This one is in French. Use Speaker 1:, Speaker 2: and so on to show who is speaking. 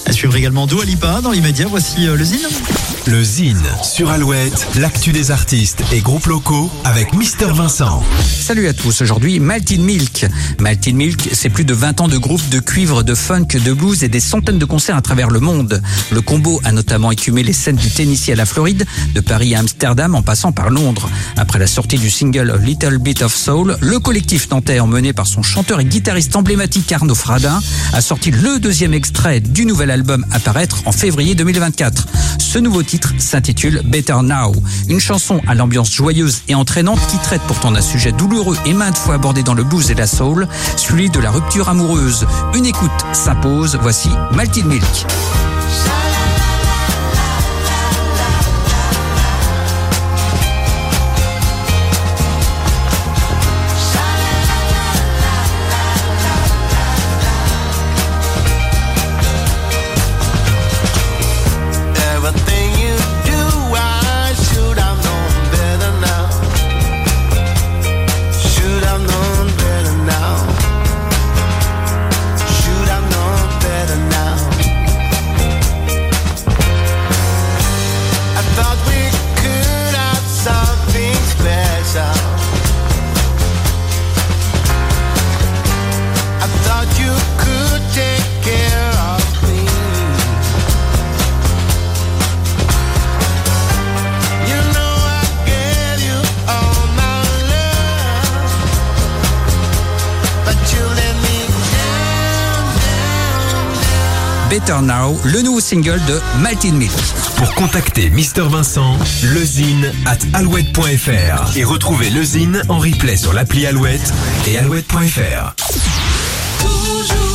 Speaker 1: À suivre également Dua Lipa dans l'immédiat. Voici le Zine.
Speaker 2: Le Zine sur Alouette, l'actu des artistes et groupes locaux avec Mister Vincent.
Speaker 3: Salut à tous, aujourd'hui Maltin Milk. Maltin Milk, c'est plus de 20 ans de groupes de cuivre, de funk, de blues et des centaines de concerts à travers le monde. Le combo a notamment écumé les scènes du Tennessee à la Floride, de Paris à Amsterdam en passant par Londres. Après la sortie du single A Little Bit of Soul, le collectif nantais emmené par son chanteur et guitariste emblématique Arnaud Fradin a sorti le deuxième extrait du nouvel album à paraître en février 2024. Ce nouveau titre s'intitule Better Now, une chanson à l'ambiance joyeuse et entraînante qui traite pourtant d'un sujet douloureux et maintes fois abordé dans le blues et la soul, celui de la rupture amoureuse. Une écoute s'impose, voici Maltin Milk. Better Now, le nouveau single de Maltin Milk.
Speaker 2: Pour contacter Mister Vincent, lezine@alouette.fr et retrouver le Zine en replay sur l'appli Alouette et alouette.fr.